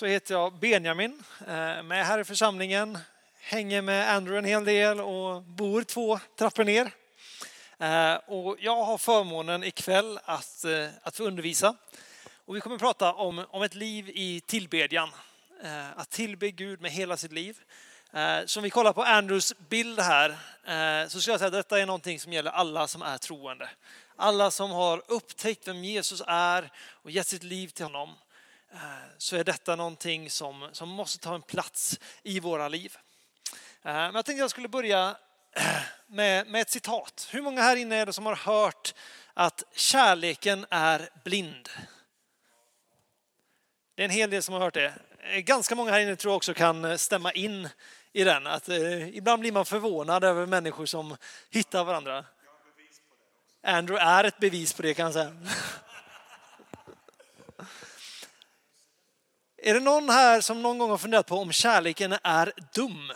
så heter jag Benjamin, med här i församlingen, hänger med Andrew en hel del och bor 2 trappor ner. Och jag har förmånen ikväll att få undervisa. Och vi kommer att prata om ett liv i tillbedjan. Att tillbe Gud med hela sitt liv. Som vi kollar på Andrews bild här, så ska jag säga att detta är någonting som gäller alla som är troende. Alla som har upptäckt vem Jesus är och gett sitt liv till honom. Så är detta någonting som måste ta en plats i våra liv. Men jag tänkte jag skulle börja med ett citat. Hur många här inne är det som har hört att kärleken är blind? Det är en hel del som har hört det. Ganska många här inne tror jag också kan stämma in i den. Att ibland blir man förvånad över människor som hittar varandra. Andrew är ett bevis på det, kan jag säga. Är det någon här som någon gång har funderat på om kärleken är dum?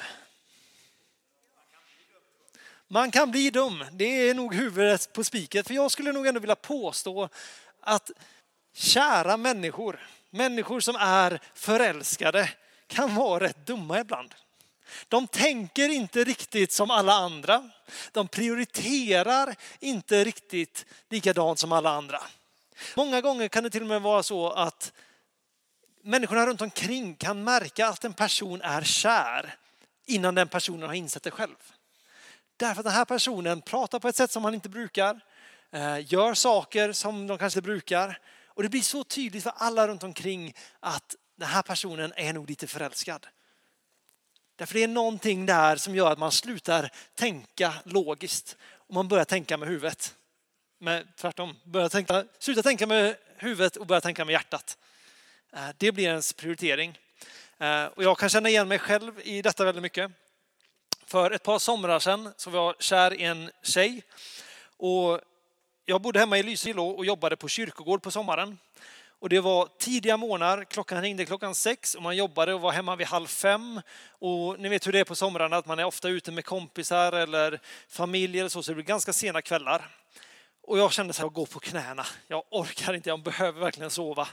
Man kan bli dum. Det är nog huvudet på spiket. För jag skulle nog ändå vilja påstå att kära människor som är förälskade, kan vara rätt dumma ibland. De tänker inte riktigt som alla andra. De prioriterar inte riktigt likadant som alla andra. Många gånger kan det till och med vara så att människorna runt omkring kan märka att en person är kär innan den personen har insett det själv. Därför att den här personen pratar på ett sätt som han inte brukar. Gör saker som de kanske brukar. Och det blir så tydligt för alla runt omkring att den här personen är nog lite förälskad. Därför det är någonting där som gör att man slutar tänka logiskt. Och man börjar tänka med huvudet. Tvärtom, sluta tänka med huvudet och börja tänka med hjärtat. Det blir ens prioritering. Och jag kan känna igen mig själv i detta väldigt mycket. För ett par somrar sedan så var jag kär i en tjej. Och jag bodde hemma i Lysekil och jobbade på kyrkogård på sommaren. Och det var tidiga morgnar, klockan ringde 6:00 och man jobbade och var hemma vid 4:30. Och ni vet hur det är på somrarna, att man är ofta ute med kompisar eller familj eller så det blir ganska sena kvällar. Och jag kände så här, jag går på knäna. Jag orkar inte, jag behöver verkligen sova.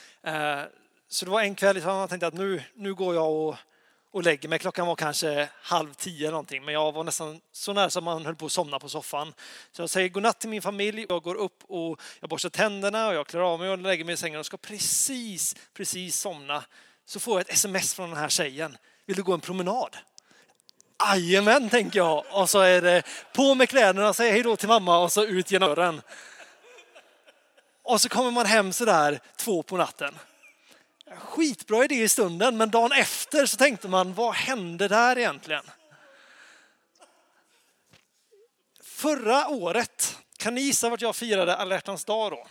Så det var en kväll som jag tänkte att nu går jag och lägger mig. Klockan var kanske 9:30 någonting. Men jag var nästan så nära som man höll på att somna på soffan. Så jag säger godnatt till min familj. Jag går upp och jag borstar tänderna och jag klär av mig och lägger mig i sängen och ska precis somna. Så får jag ett sms från den här tjejen. Vill du gå en promenad? Jajamän, tänker jag. Och så är det på med kläderna, säger hej då till mamma och så ut genom dörren. Och så kommer man hem så där 2 på natten. Skitbra idé i stunden, men dagen efter så tänkte man, vad hände där egentligen? Förra året, kan ni gissa vart jag firade alla hjärtans dag då?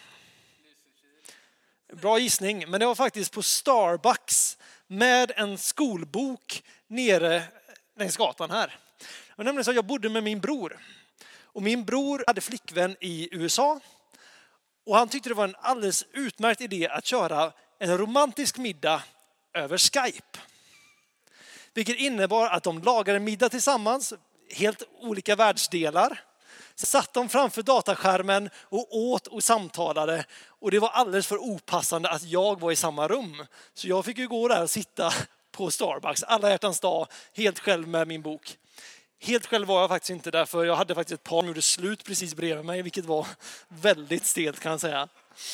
Bra gissning, men det var faktiskt på Starbucks med en skolbok nere längs gatan här. Det var nämligen så att jag bodde med min bror. Och min bror hade flickvän i USA. Och han tyckte det var en alldeles utmärkt idé att köra en romantisk middag över Skype. Vilket innebar att de lagade middag tillsammans, helt olika världsdelar. Så satt de framför dataskärmen och åt och samtalade. Och det var alldeles för opassande att jag var i samma rum. Så jag fick ju gå där och sitta på Starbucks alla hjärtans dag, helt själv med min bok. Helt själv var jag faktiskt inte där, för jag hade faktiskt ett par som gjorde slut precis bredvid mig, vilket var väldigt stelt, kan jag säga.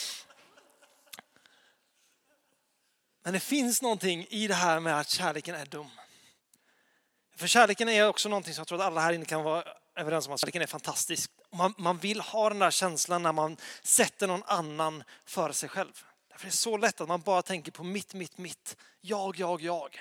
Men det finns någonting i det här med att kärleken är dum. För kärleken är också någonting som jag tror att alla här inne kan vara överens om, att kärleken är fantastisk. Man vill ha den där känslan när man sätter någon annan före sig själv. Därför är det så lätt att man bara tänker på mitt. Jag.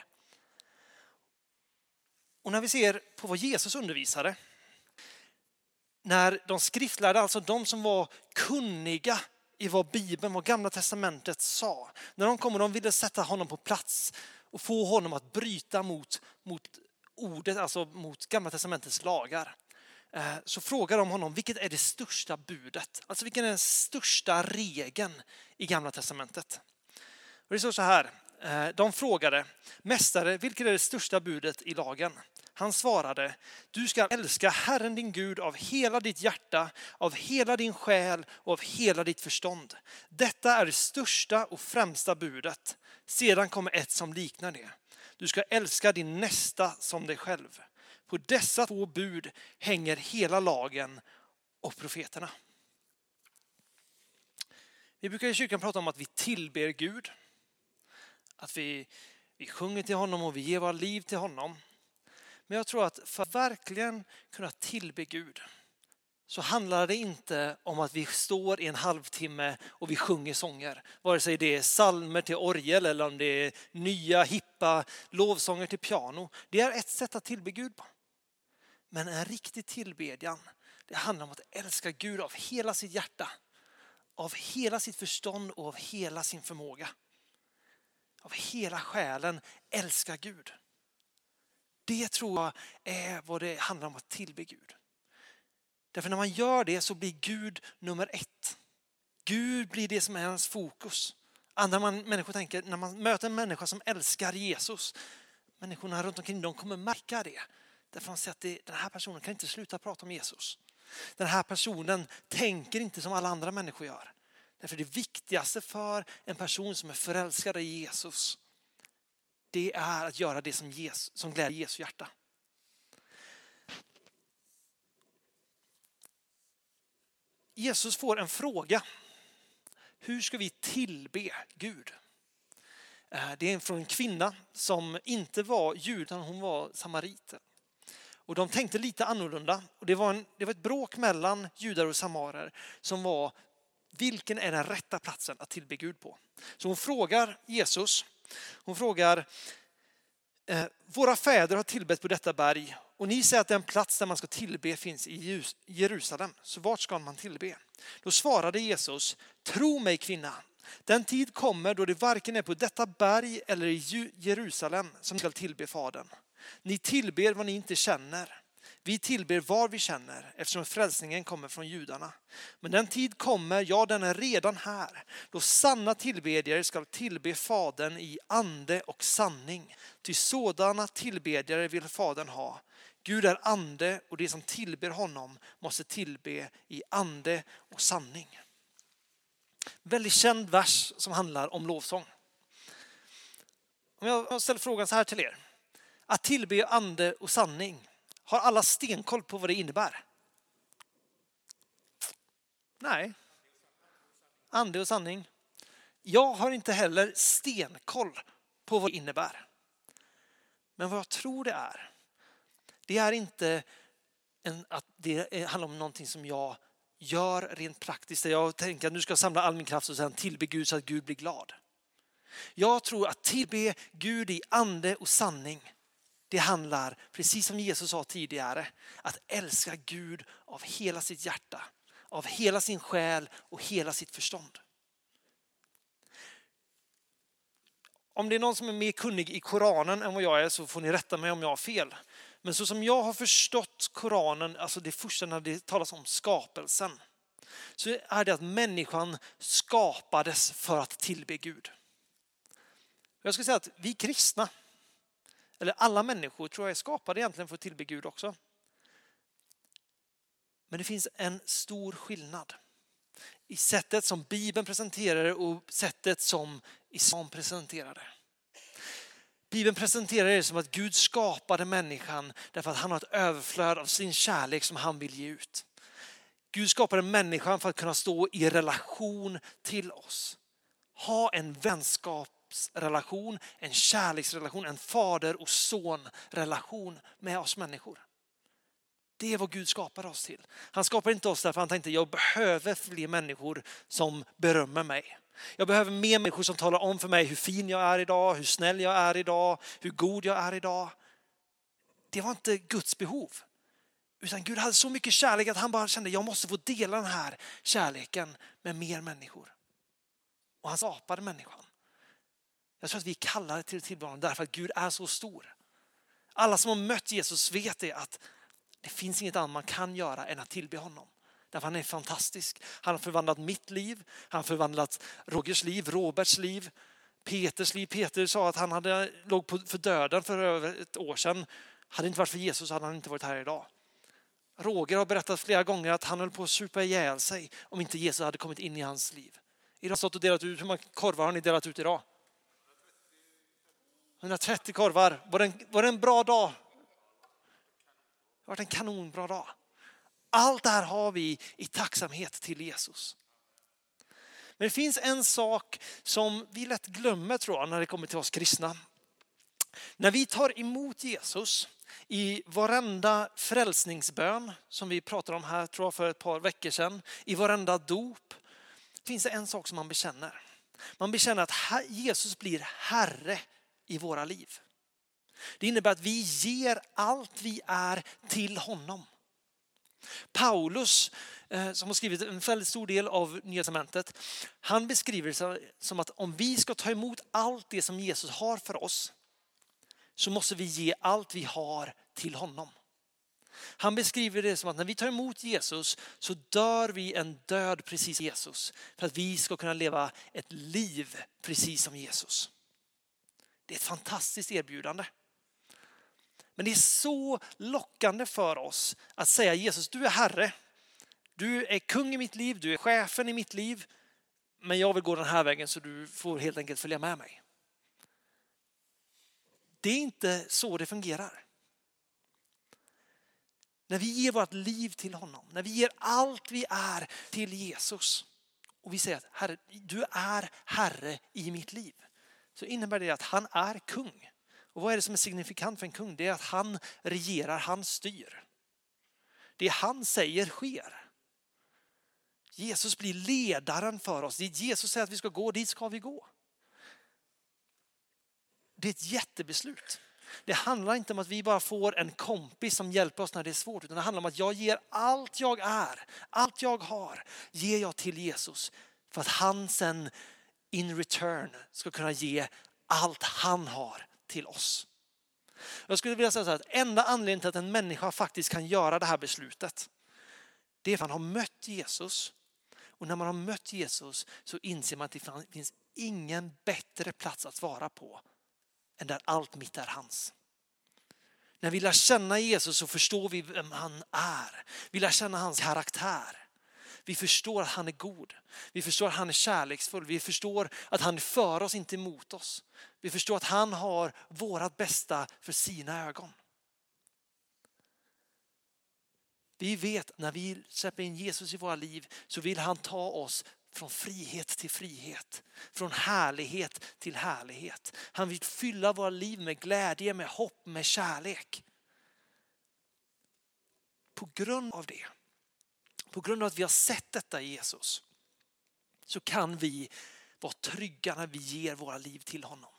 Och när vi ser på vad Jesus undervisade, när de skriftlärda, alltså de som var kunniga i vad Bibeln, vad Gamla testamentet sa, när de kom och de ville sätta honom på plats och få honom att bryta mot ordet, alltså mot Gamla testamentets lagar, så frågar de honom, vilket är det största budet? Alltså vilken är den största regeln i Gamla testamentet? Och det står så här, de frågade, mästare, vilket är det största budet i lagen? Han svarade, du ska älska Herren din Gud av hela ditt hjärta, av hela din själ och av hela ditt förstånd. Detta är det största och främsta budet. Sedan kommer ett som liknar det. Du ska älska din nästa som dig själv. På dessa 2 bud hänger hela lagen och profeterna. Vi brukar i kyrkan prata om att vi tillber Gud. Att vi sjunger till honom och vi ger våra liv till honom. Men jag tror att för att verkligen kunna tillbe Gud så handlar det inte om att vi står i en halvtimme och vi sjunger sånger. Vare sig det är psalmer till orgel eller om det är nya hippa lovsånger till piano. Det är ett sätt att tillbe Gud på. Men en riktig tillbedjan, det handlar om att älska Gud av hela sitt hjärta. Av hela sitt förstånd och av hela sin förmåga. Av hela själen älska Gud. Det tror jag är vad det handlar om att tillbe Gud. Därför när man gör det så blir Gud nummer 1. Gud blir det som är hans fokus. Andra människor tänker, när man möter en människa som älskar Jesus, människorna runt omkring dem kommer märka det. Därför man säger att den här personen kan inte sluta prata om Jesus. Den här personen tänker inte som alla andra människor gör. Därför det viktigaste för en person som är förälskad i Jesus, det är att göra det som glädjer Jesu hjärta. Jesus får en fråga. Hur ska vi tillbe Gud? Det är från en kvinna som inte var jud utan hon var samariter. Och de tänkte lite annorlunda. Och det var ett bråk mellan judar och samarer som var vilken är den rätta platsen att tillbe Gud på. Så hon frågar Jesus. Hon frågar våra fäder har tillbett på detta berg och ni säger att den plats där man ska tillbe finns i Jerusalem. Så vart ska man tillbe? Då svarade Jesus, tro mig kvinna, den tid kommer då det varken är på detta berg eller i Jerusalem som ska tillbe Fadern. Ni tillber vad ni inte känner. Vi tillber vad vi känner eftersom frälsningen kommer från judarna. Men den tid kommer, ja den är redan här, då sanna tillbedjare ska tillbe Fadern i ande och sanning. Ty sådana tillbedjare vill Fadern ha. Gud är ande och det som tillber honom måste tillbe i ande och sanning. Väldigt känd vers som handlar om lovsång. Om jag ställer frågan så här till er. Att tillbe ande och sanning. Har alla stenkoll på vad det innebär? Nej. Ande och sanning. Jag har inte heller stenkoll på vad det innebär. Men vad jag tror det är inte att det handlar om någonting som jag gör rent praktiskt. Där jag tänker att nu ska jag samla all min kraft och sedan tillbe Gud så att Gud blir glad. Jag tror att tillbe Gud i ande och sanning, det handlar, precis som Jesus sa tidigare, att älska Gud av hela sitt hjärta, av hela sin själ och hela sitt förstånd. Om det är någon som är mer kunnig i Koranen än vad jag är så får ni rätta mig om jag har fel. Men så som jag har förstått Koranen, alltså det första när det talas om skapelsen, så är det att människan skapades för att tillbe Gud. Jag skulle säga att vi kristna, eller alla människor tror jag är skapade egentligen för att tillbe Gud också. Men det finns en stor skillnad i sättet som Bibeln presenterar det och sättet som Islam presenterar det. Bibeln presenterar det som att Gud skapade människan därför att han har ett överflöd av sin kärlek som han vill ge ut. Gud skapade människan för att kunna stå i relation till oss. Ha en vänskapsrelation, en kärleksrelation, en fader- och sonrelation med oss människor. Det är vad Gud skapar oss till. Han skapar inte oss därför han tänkte jag behöver fler människor som berömmer mig. Jag behöver mer människor som talar om för mig hur fin jag är idag, hur snäll jag är idag, hur god jag är idag. Det var inte Guds behov. Utan Gud hade så mycket kärlek att han bara kände jag måste få dela den här kärleken med mer människor. Och han skapade människan. Jag tror att vi kallar det till tillvaron därför att Gud är så stor. Alla som har mött Jesus vet det att det finns inget annat man kan göra än att tillbe honom. Därför han är fantastisk. Han har förvandlat mitt liv. Han har förvandlat Rogers liv, Roberts liv, Peters liv. Peter sa att han låg för döden för över ett år sedan. Hade det inte varit för Jesus hade han inte varit här idag. Roger har berättat flera gånger att han höll på att supa ihjäl sig om inte Jesus hade kommit in i hans liv. Idag har stått och delat ut, hur många korvar har ni delat ut idag? 130 korvar. Var det en bra dag? Det har varit en kanonbra dag. Allt det här har vi i tacksamhet till Jesus. Men det finns en sak som vi lätt glömmer tror jag när det kommer till oss kristna. När vi tar emot Jesus i varenda frälsningsbön som vi pratade om här tror jag för ett par veckor sedan, i varenda dop, finns det en sak som man bekänner. Man bekänner att Jesus blir Herre i våra liv. Det innebär att vi ger allt vi är till honom. Paulus, som har skrivit en väldigt stor del av Nya testamentet, han beskriver det som att om vi ska ta emot allt det som Jesus har för oss så måste vi ge allt vi har till honom. Han beskriver det som att när vi tar emot Jesus så dör vi en död precis som Jesus för att vi ska kunna leva ett liv precis som Jesus. Det är ett fantastiskt erbjudande. Men det är så lockande för oss att säga Jesus, du är Herre. Du är kung i mitt liv, du är chefen i mitt liv. Men jag vill gå den här vägen så du får helt enkelt följa med mig. Det är inte så det fungerar. När vi ger vårt liv till honom, när vi ger allt vi är till Jesus och vi säger att Herre, du är Herre i mitt liv, så innebär det att han är kung. Och vad är det som är signifikant för en kung? Det är att han regerar, han styr. Det han säger sker. Jesus blir ledaren för oss. Det Jesus säger att vi ska gå, dit ska vi gå. Det är ett jättebeslut. Det handlar inte om att vi bara får en kompis som hjälper oss när det är svårt. Utan det handlar om att jag ger allt jag är, allt jag har, ger jag till Jesus. För att han sen in return ska kunna ge allt han har till oss. Jag skulle vilja säga så här, att enda anledningen till att en människa faktiskt kan göra det här beslutet, det är för att han har mött Jesus. Och när man har mött Jesus så inser man att det finns ingen bättre plats att vara på än där allt mitt är hans. När vi lär känna Jesus så förstår vi vem han är. Vi lär känna hans karaktär. Vi förstår att han är god. Vi förstår att han är kärleksfull. Vi förstår att han är för oss, inte emot oss. Vi förstår att han har vårat bästa för sina ögon. Vi vet när vi släpper in Jesus i våra liv så vill han ta oss från frihet till frihet. Från härlighet till härlighet. Han vill fylla våra liv med glädje, med hopp, med kärlek. På grund av det, på grund av att vi har sett detta i Jesus, så kan vi vara trygga när vi ger våra liv till honom.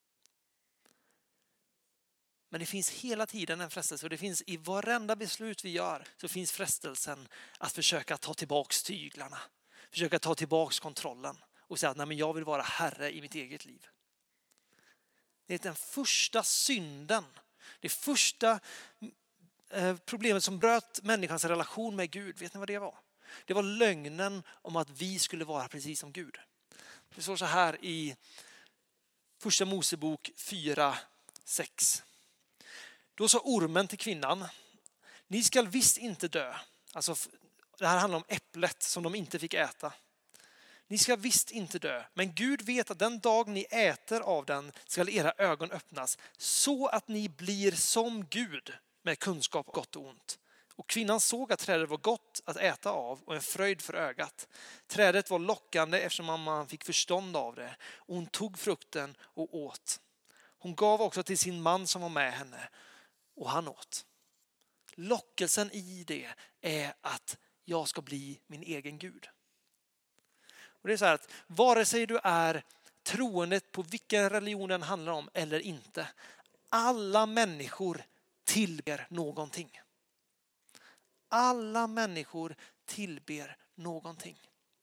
Men det finns hela tiden en frestelse, och det finns i varenda beslut vi gör så finns frestelsen att försöka ta tillbaks tyglarna. Försöka ta tillbaks kontrollen och säga att nej, men jag vill vara herre i mitt eget liv. Det är den första synden, det första problemet som bröt människans relation med Gud. Vet ni vad det var? Det var lögnen om att vi skulle vara precis som Gud. Det står så här i första Mosebok 4:6. Då sa ormen till kvinnan, ni ska visst inte dö. Alltså, det här handlar om äpplet som de inte fick äta. Ni ska visst inte dö, men Gud vet att den dag ni äter av den ska era ögon öppnas så att ni blir som Gud med kunskap gott och ont. Och kvinnan såg att trädet var gott att äta av och en fröjd för ögat. Trädet var lockande eftersom man fick förstånd av det. Och hon tog frukten och åt. Hon gav också till sin man som var med henne och han åt. Lockelsen i det är att jag ska bli min egen Gud. Och det är så här att vare sig du är troende på vilken religion den handlar om eller inte. Alla människor tillber någonting. Alla människor tillber någonting.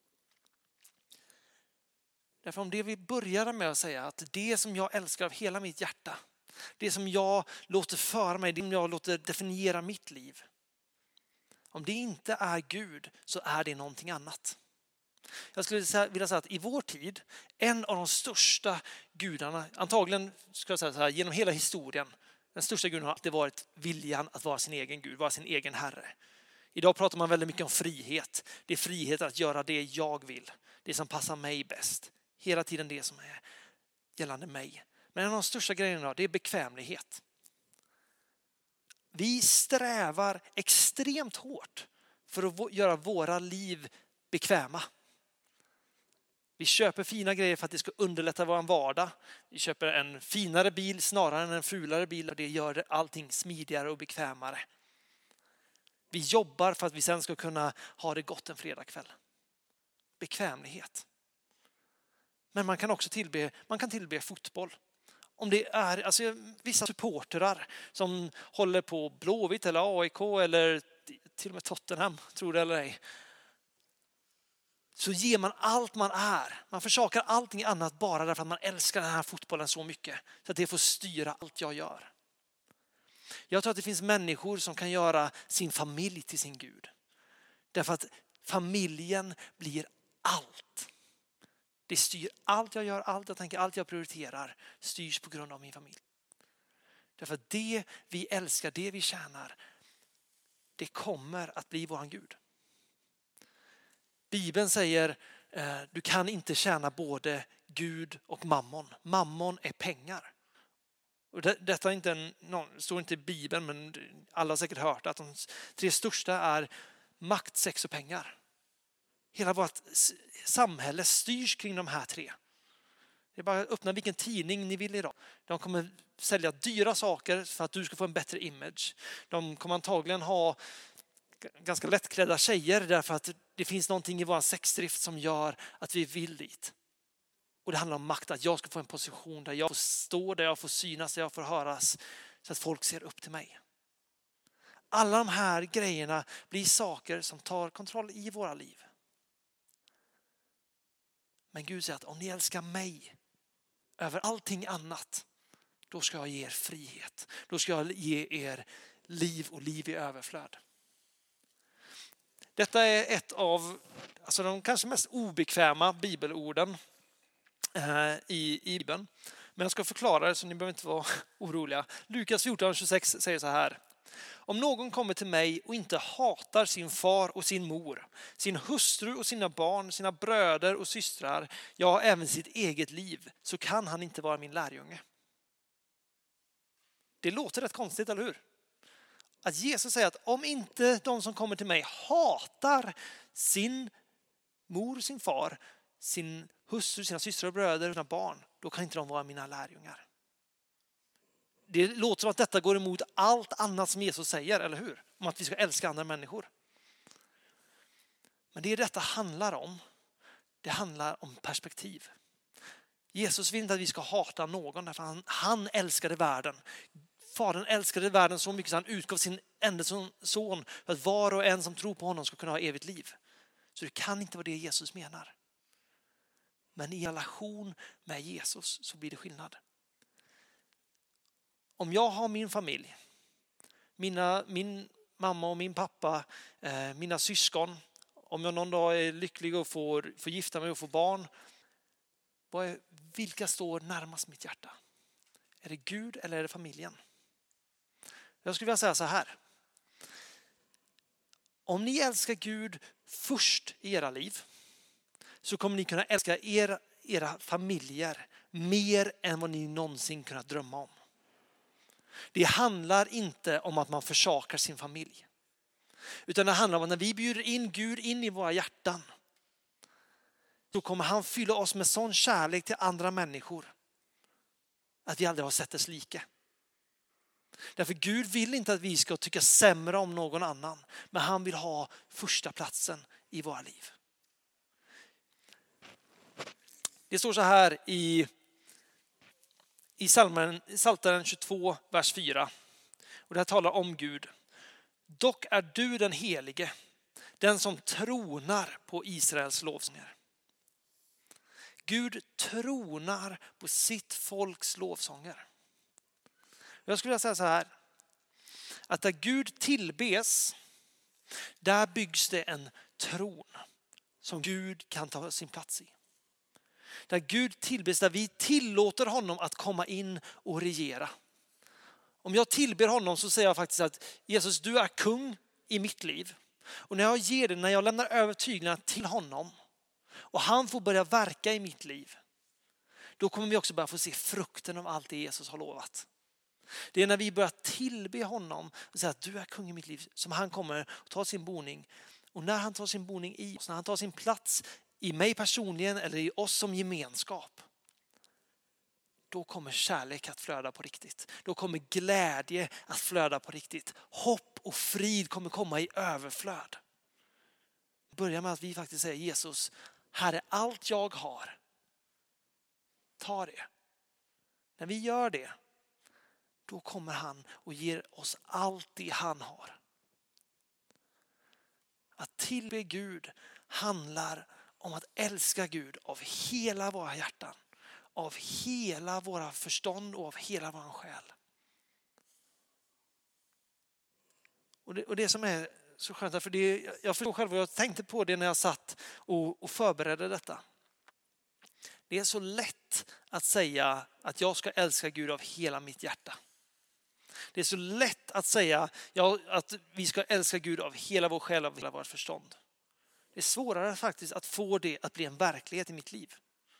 Därför om det vi började med att säga att det som jag älskar av hela mitt hjärta, det som jag låter föra mig, det som jag låter definiera mitt liv. Om det inte är Gud så är det någonting annat. Jag skulle vilja säga att i vår tid, en av de största gudarna, antagligen ska jag säga så här, genom hela historien, Den största guden har alltid varit viljan att vara sin egen Gud, vara sin egen herre. Idag pratar man väldigt mycket om frihet. Det är frihet att göra det jag vill. Det som passar mig bäst. Hela tiden det som är gällande mig. Men en av de största grejerna det är bekvämlighet. Vi strävar extremt hårt för att göra våra liv bekväma. Vi köper fina grejer för att det ska underlätta vår vardag. Vi köper en finare bil snarare än en fulare bil och det gör allting smidigare och bekvämare. Vi jobbar för att vi sen ska kunna ha det gott en fredagkväll. Bekvämlighet. Men man kan också tillbe fotboll. Om det är vissa supportrar som håller på Blåvitt eller AIK eller till och med Tottenham, tror det eller ej. Så ger man allt man är. Man försakar allting annat bara därför att man älskar den här fotbollen så mycket. Så att det får styra allt jag gör. Jag tror att det finns människor som kan göra sin familj till sin Gud. Därför att familjen blir allt. Det styr allt jag gör, allt jag tänker, allt jag prioriterar styrs på grund av min familj. Därför att det vi älskar, det vi tjänar, det kommer att bli våran Gud. Bibeln säger du kan inte tjäna både Gud och mammon. Mammon är pengar. Och detta är inte står inte i Bibeln, men alla har säkert hört att de 3 största är makt, sex och pengar. Hela vårt samhälle styrs kring de här 3. Det är bara att öppna vilken tidning ni vill idag. De kommer sälja dyra saker för att du ska få en bättre image. De kommer antagligen ha ganska lättklädda tjejer därför att det finns någonting i vår sexdrift som gör att vi vill dit. Och det handlar om makt, att jag ska få en position där jag får stå, där jag får synas, där jag får höras så att folk ser upp till mig. Alla de här grejerna blir saker som tar kontroll i våra liv. Men Gud säger att om ni älskar mig över allting annat, då ska jag ge er frihet. Då ska jag ge er liv och liv i överflöd. Detta är ett av de kanske mest obekväma bibelorden i Bibeln. Men jag ska förklara det så ni behöver inte vara oroliga. Lukas 14:26 säger så här. Om någon kommer till mig och inte hatar sin far och sin mor, sin hustru och sina barn, sina bröder och systrar, ja även sitt eget liv, så kan han inte vara min lärjunge. Det låter rätt konstigt, eller hur? Att Jesus säger att om inte de som kommer till mig hatar sin mor, sin far, sin hustru, sina systrar och bröder och sina barn, då kan inte de vara mina lärjungar. Det låter som att detta går emot allt annat som Jesus säger, eller hur? Om att vi ska älska andra människor. Men det detta handlar om, det handlar om perspektiv. Jesus vill inte att vi ska hata någon därför att han älskade världen. Fadern älskade världen så mycket så han utgav sin enda son för att var och en som tror på honom ska kunna ha evigt liv. Så det kan inte vara det Jesus menar. Men i relation med Jesus så blir det skillnad. Om jag har min familj, min mamma och min pappa, mina syskon, om jag någon dag är lycklig och får gifta mig och få barn, vilka står närmast mitt hjärta? Är det Gud eller är det familjen? Jag skulle vilja säga så här. Om ni älskar Gud först i era liv så kommer ni kunna älska era familjer mer än vad ni någonsin kunnat drömma om. Det handlar inte om att man försakar sin familj. Utan det handlar om att när vi bjuder in Gud in i våra hjärtan så kommer han fylla oss med sån kärlek till andra människor att vi aldrig har sett dess like. Därför Gud vill inte att vi ska tycka sämre om någon annan. Men han vill ha första platsen i våra liv. Det står så här i Psaltaren 22, vers 4. Och det här talar om Gud. Dock är du den helige, den som tronar på Israels lovsånger. Gud tronar på sitt folks lovsånger. Jag skulle vilja säga så här. Att där Gud tillbes, där byggs det en tron som Gud kan ta sin plats i. Där Gud tillbes, där vi tillåter honom att komma in och regera. Om jag tillber honom så säger jag faktiskt att Jesus, du är kung i mitt liv. Och när jag ger det, när jag lämnar över tyglarna till honom och han får börja verka i mitt liv, då kommer vi också börja få se frukten av allt det Jesus har lovat. Det är när vi börjar tillbe honom och säga att du är kung i mitt liv som han kommer att ta sin boning. Och när han tar sin boning i oss, när han tar sin plats i mig personligen eller i oss som gemenskap, då kommer kärlek att flöda på riktigt. Då kommer glädje att flöda på riktigt. Hopp och frid kommer komma i överflöd. Börja med att vi faktiskt säger Jesus, här är allt jag har. Ta det. När vi gör det, då kommer han och ger oss allt det han har. Att tillbe Gud handlar om att älska Gud av hela våra hjärtan, av hela våra förstånd och av hela vår själ. Och det som är så skönt, för jag förstår själv vad jag tänkte på det när jag satt och förberedde detta. Det är så lätt att säga att jag ska älska Gud av hela mitt hjärta. Det är så lätt att säga att vi ska älska Gud av hela vår själ, av hela vårt förstånd. Det är svårare faktiskt att få det att bli en verklighet i mitt liv.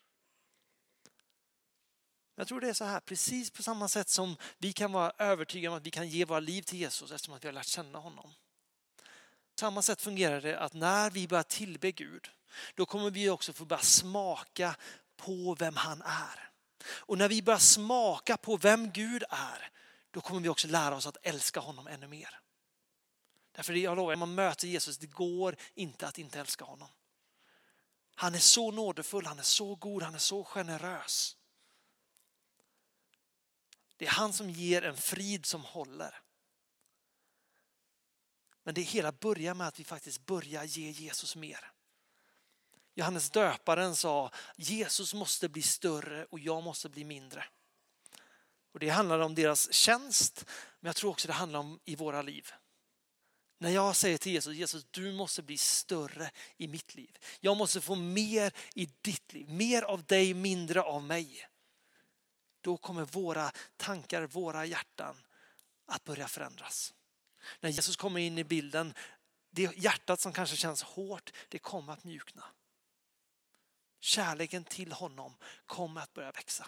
Jag tror det är så här, precis på samma sätt som vi kan vara övertygade om att vi kan ge våra liv till Jesus eftersom att vi har lärt känna honom. På samma sätt fungerar det att när vi börjar tillbe Gud, då kommer vi också få börja smaka på vem han är. Och när vi börjar smaka på vem Gud är, då kommer vi också lära oss att älska honom ännu mer. Därför jag lovar, när man möter Jesus, det går inte att inte älska honom. Han är så nådefull, han är så god, han är så generös. Det är han som ger en frid som håller. Men det hela börjar med att vi faktiskt börjar ge Jesus mer. Johannes döparen sa, Jesus måste bli större och jag måste bli mindre. Och det handlar om deras tjänst, men jag tror också det handlar om i våra liv. När jag säger till Jesus, Jesus, du måste bli större i mitt liv. Jag måste få mer i ditt liv. Mer av dig, mindre av mig. Då kommer våra tankar, våra hjärtan att börja förändras. När Jesus kommer in i bilden, det hjärtat som kanske känns hårt, det kommer att mjukna. Kärleken till honom kommer att börja växa.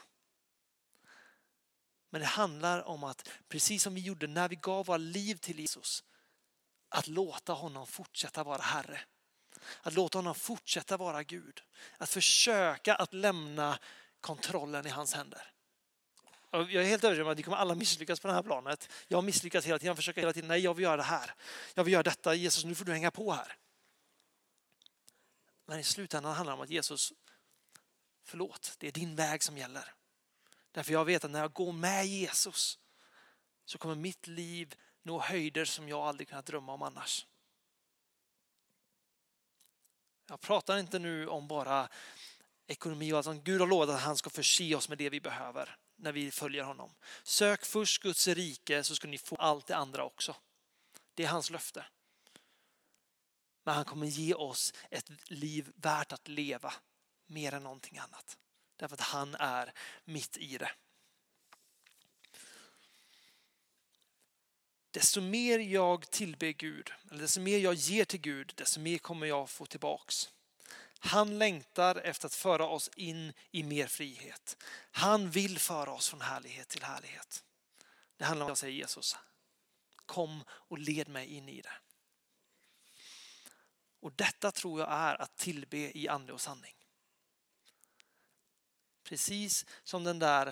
Men det handlar om att, precis som vi gjorde när vi gav våra liv till Jesus, att låta honom fortsätta vara Herre. Att låta honom fortsätta vara Gud. Att försöka att lämna kontrollen i hans händer. Jag är helt övertygad om att vi kommer alla misslyckas på det här planet. Jag har misslyckats hela tiden, jag försöker hela tiden, nej jag vill göra det här. Jag vill göra detta, Jesus nu får du hänga på här. Men i slutändan handlar det om att Jesus, förlåt, det är din väg som gäller. Därför jag vet att när jag går med Jesus så kommer mitt liv nå höjder som jag aldrig kunnat drömma om annars. Jag pratar inte nu om bara ekonomi och allt. Gud har lovat att han ska förse oss med det vi behöver när vi följer honom. Sök först Guds rike så ska ni få allt det andra också. Det är hans löfte. Men han kommer ge oss ett liv värt att leva mer än någonting annat. Därför att han är mitt i det. Desto mer jag tillber Gud, eller desto mer jag ger till Gud, desto mer kommer jag få tillbaks. Han längtar efter att föra oss in i mer frihet. Han vill föra oss från härlighet till härlighet. Det handlar om att säga Jesus, kom och led mig in i det. Och detta tror jag är att tillbe i ande och sanning. Precis som den där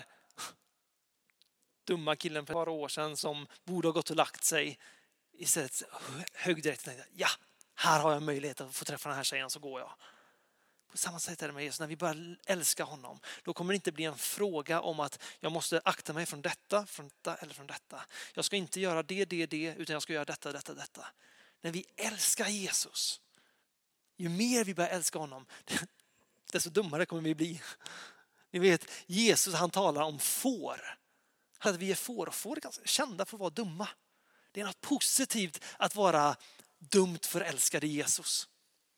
dumma killen för ett par år sedan som borde ha gått och lagt sig. Istället högg direkt och tänkte, ja, här har jag möjlighet att få träffa den här tjejen så går jag. På samma sätt är det med Jesus. När vi börjar älska honom, då kommer det inte bli en fråga om att jag måste akta mig från detta eller från detta. Jag ska inte göra det, utan jag ska göra detta. När vi älskar Jesus, ju mer vi börjar älska honom, desto dummare kommer vi bli. Ni vet, Jesus han talar om får. Att vi är får, och får är ganska kända för att vara dumma. Det är något positivt att vara dumt förälskade Jesus.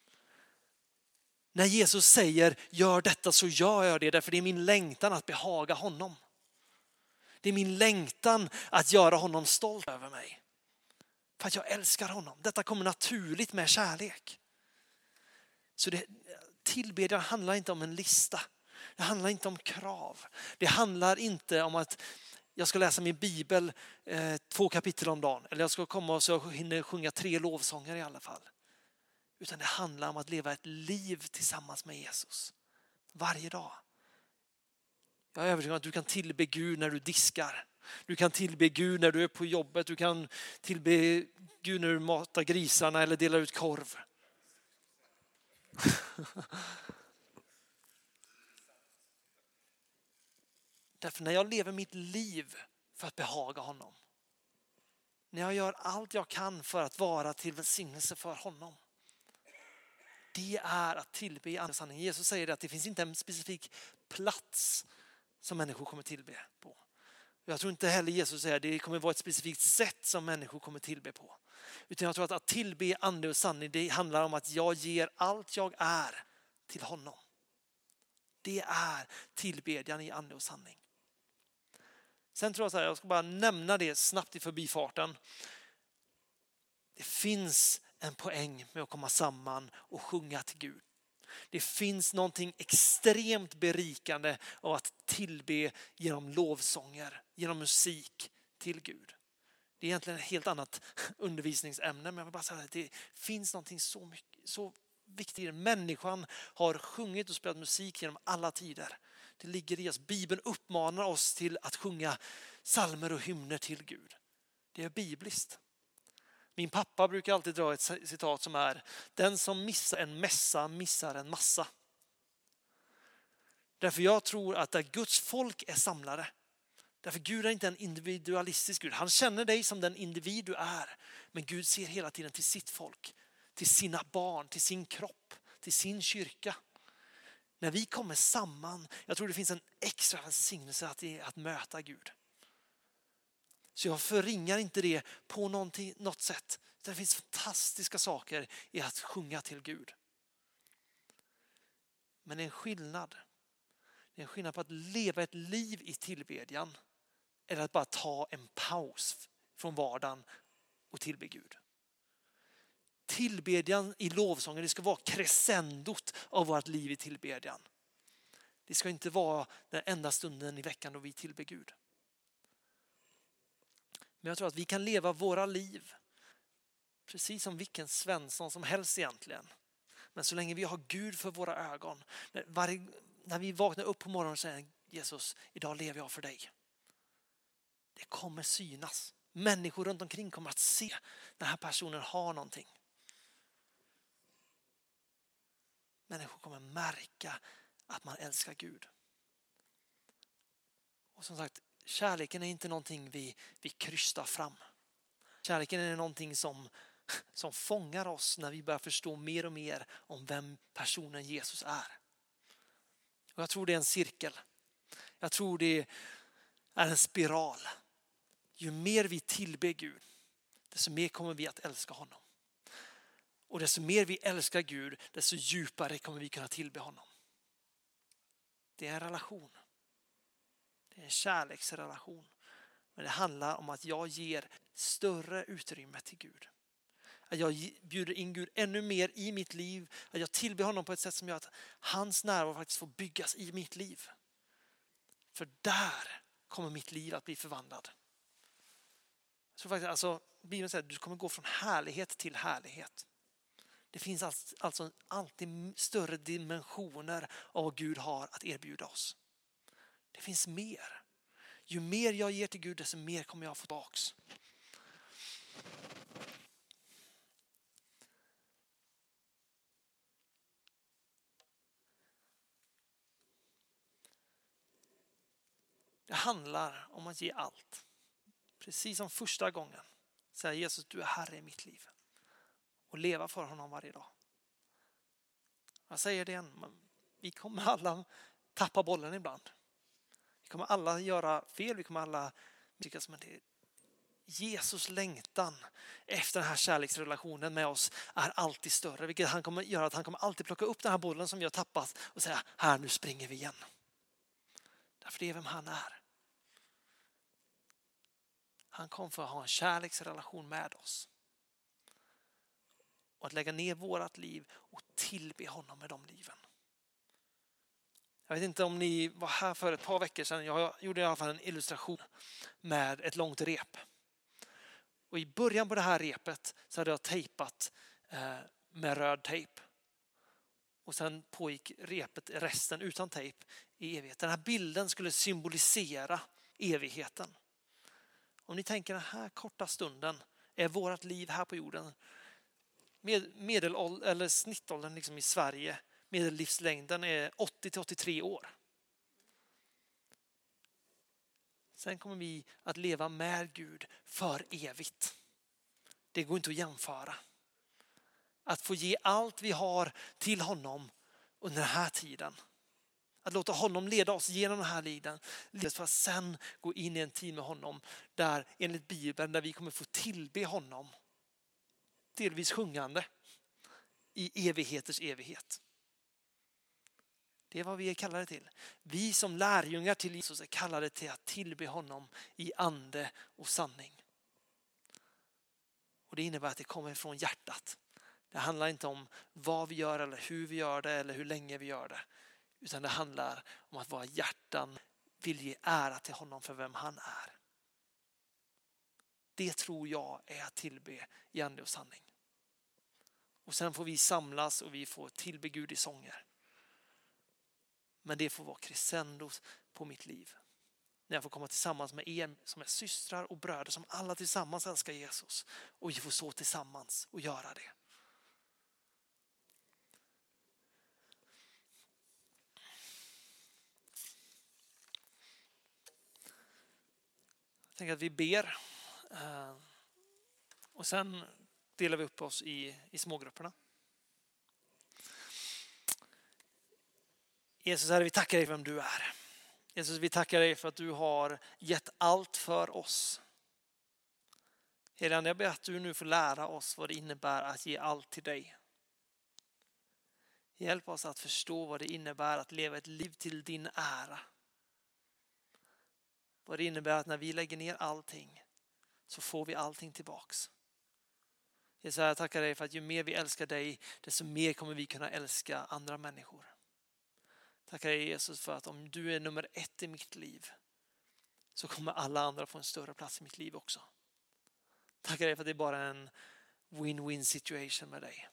När Jesus säger gör detta så gör jag det, därför det är min längtan att behaga honom. Det är min längtan att göra honom stolt över mig. För att jag älskar honom. Detta kommer naturligt med kärlek. Så tillbedjan handlar inte om en lista. Det handlar inte om krav. Det handlar inte om att jag ska läsa min bibel 2 kapitel om dagen. Eller jag ska komma och så jag hinner sjunga 3 lovsånger i alla fall. Utan det handlar om att leva ett liv tillsammans med Jesus. Varje dag. Jag är övertygad om att du kan tillbe Gud när du diskar. Du kan tillbe Gud när du är på jobbet. Du kan tillbe Gud när du matar grisarna eller delar ut korv. Därför när jag lever mitt liv för att behaga honom. När jag gör allt jag kan för att vara till välsignelse för honom. Det är att tillbe i andens sanning. Jesus säger att det finns inte en specifik plats som människor kommer tillbe på. Jag tror inte heller Jesus säger att det kommer vara ett specifikt sätt som människor kommer tillbe på. Utan jag tror att tillbe i ande och sanning, det handlar om att jag ger allt jag är till honom. Det är tillbedjan i ande och sanning. Sen tror jag så här, jag ska bara nämna det snabbt i förbifarten. Det finns en poäng med att komma samman och sjunga till Gud. Det finns någonting extremt berikande av att tillbe genom lovsånger, genom musik till Gud. Det är egentligen ett helt annat undervisningsämne, men jag vill bara säga att det finns någonting så viktigt. Människan har sjungit och spelat musik genom alla tider. Det ligger i oss. Bibeln uppmanar oss till att sjunga psalmer och hymner till Gud. Det är bibliskt. Min pappa brukar alltid dra ett citat som är: den som missar en mässa missar en massa. Därför jag tror att där Guds folk är samlade. Därför Gud är inte en individualistisk Gud. Han känner dig som den individ du är. Men Gud ser hela tiden till sitt folk. Till sina barn, till sin kropp, till sin kyrka. När vi kommer samman, jag tror det finns en extra välsignelse att möta Gud. Så jag förringar inte det på något sätt. Det finns fantastiska saker i att sjunga till Gud. Men det är en skillnad. Det är en skillnad på att leva ett liv i tillbedjan eller att bara ta en paus från vardagen och tillbe Gud. Tillbedjan i lovsången, det ska vara crescendot av vårt liv i tillbedjan. Det ska inte vara den enda stunden i veckan då vi tillber Gud. Men jag tror att vi kan leva våra liv precis som vilken Svensson som helst egentligen. Men så länge vi har Gud för våra ögon. När vi vaknar upp på morgonen och säger: Jesus, idag lever jag för dig. Det kommer synas. Människor runt omkring kommer att se den här personen har någonting. Människor kommer märka att man älskar Gud. Och som sagt, kärleken är inte någonting vi krystar fram. Kärleken är någonting som fångar oss när vi börjar förstå mer och mer om vem personen Jesus är. Och jag tror det är en cirkel. Jag tror det är en spiral. Ju mer vi tillber Gud, desto mer kommer vi att älska honom. Och desto mer vi älskar Gud, desto djupare kommer vi kunna tillbe honom. Det är en relation. Det är en kärleksrelation. Men det handlar om att jag ger större utrymme till Gud. Att jag bjuder in Gud ännu mer i mitt liv. Att jag tillber honom på ett sätt som gör att hans närvaro faktiskt får byggas i mitt liv. För där kommer mitt liv att bli förvandlad. Så faktiskt, Bibeln säger att du kommer gå från härlighet till härlighet. Det finns alltså alltid större dimensioner av vad Gud har att erbjuda oss. Det finns mer. Ju mer jag ger till Gud, desto mer kommer jag få tillbaks. Det handlar om att ge allt. Precis som första gången. Säga: Jesus, du är Herre i mitt liv. Och leva för honom varje dag. Jag säger det igen. Vi kommer alla tappa bollen ibland. Vi kommer alla göra fel. Vi kommer alla lyckas med det. Jesus längtan efter den här kärleksrelationen med oss är alltid större. Vilket han kommer göra att han kommer alltid plocka upp den här bollen som vi har tappat och säga: här, nu springer vi igen. Därför det är vem han är. Han kom för att ha en kärleksrelation med oss. Och att lägga ner vårat liv och tillbe honom med de liven. Jag vet inte om ni var här för ett par veckor sedan. Jag gjorde i alla fall en illustration med ett långt rep. Och i början på det här repet så hade jag tejpat med röd tejp. Och sen pågick repet resten utan tejp i evighet. Den här bilden skulle symbolisera evigheten. Om ni tänker den här korta stunden är vårt liv här på jorden. Medelåldern eller snittåldern liksom i Sverige, medellivslängden är 80-83 år. Sen kommer vi att leva med Gud för evigt. Det går inte att jämföra. Att få ge allt vi har till honom under den här tiden. Att låta honom leda oss genom den här tiden. För att sen gå in i en tid med honom. Där enligt Bibeln där vi kommer få tillbe honom. Delvis sjungande. I evigheters evighet. Det är vad vi är kallade till. Vi som lärjungar till Jesus är kallade till att tillbe honom i ande och sanning. Och det innebär att det kommer från hjärtat. Det handlar inte om vad vi gör eller hur vi gör det eller hur länge vi gör det. Utan det handlar om att våra hjärtan vill ge ära till honom för vem han är. Det tror jag är att tillbe i ande och sanning. Och sen får vi samlas och vi får tillbe Gud i sånger. Men det får vara crescendos på mitt liv. När jag får komma tillsammans med er som är systrar och bröder som alla tillsammans älskar Jesus. Och vi får så tillsammans och göra det. Jag tänker att vi ber. Och sen delar vi upp oss i smågrupperna. Jesus, Herre, vi tackar dig för vem du är. Jesus, vi tackar dig för att du har gett allt för oss. Helige Ande, jag ber att du nu får lära oss vad det innebär att ge allt till dig. Hjälp oss att förstå vad det innebär att leva ett liv till din ära. Vad det innebär att när vi lägger ner allting så får vi allting tillbaks. Jesus, jag tackar dig för att ju mer vi älskar dig, desto mer kommer vi kunna älska andra människor. Tackar dig Jesus för att om du är nummer 1 i mitt liv så kommer alla andra få en större plats i mitt liv också. Tackar dig för att det är bara en win-win situation med dig.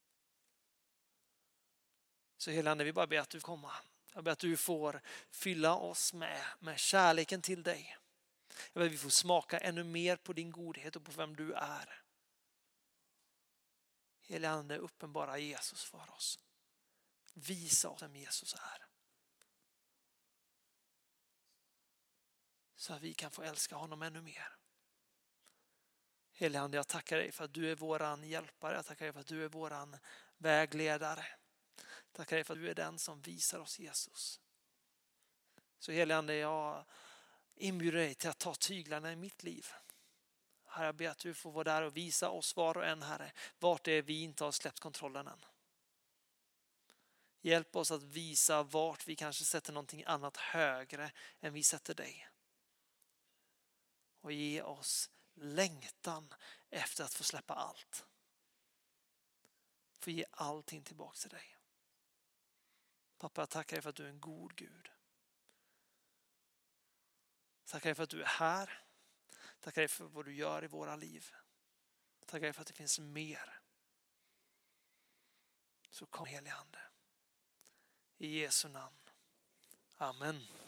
Så hela Ande, vi bara ber att du kommer. Jag ber att du får fylla oss med kärleken till dig. Jag ber att vi får smaka ännu mer på din godhet och på vem du är. Hela Ande, uppenbara Jesus för oss. Visa oss vem Jesus är. Så att vi kan få älska honom ännu mer. Helige Ande, jag tackar dig för att du är våran hjälpare. Jag tackar dig för att du är våran vägledare. Tackar dig för att du är den som visar oss Jesus. Så helige Ande, jag inbjuder dig till att ta tyglarna i mitt liv. Herre, jag ber att du får vara där och visa oss var och en, Herre, vart det är vi inte har släppt kontrollen än. Hjälp oss att visa vart vi kanske sätter någonting annat högre än vi sätter dig. Och ge oss längtan efter att få släppa allt. Få ge allting tillbaka till dig. Pappa, jag tackar dig för att du är en god Gud. Tackar dig för att du är här. Tackar dig för vad du gör i våra liv. Tackar dig för att det finns mer. Så kom, helige Ande. I Jesu namn. Amen.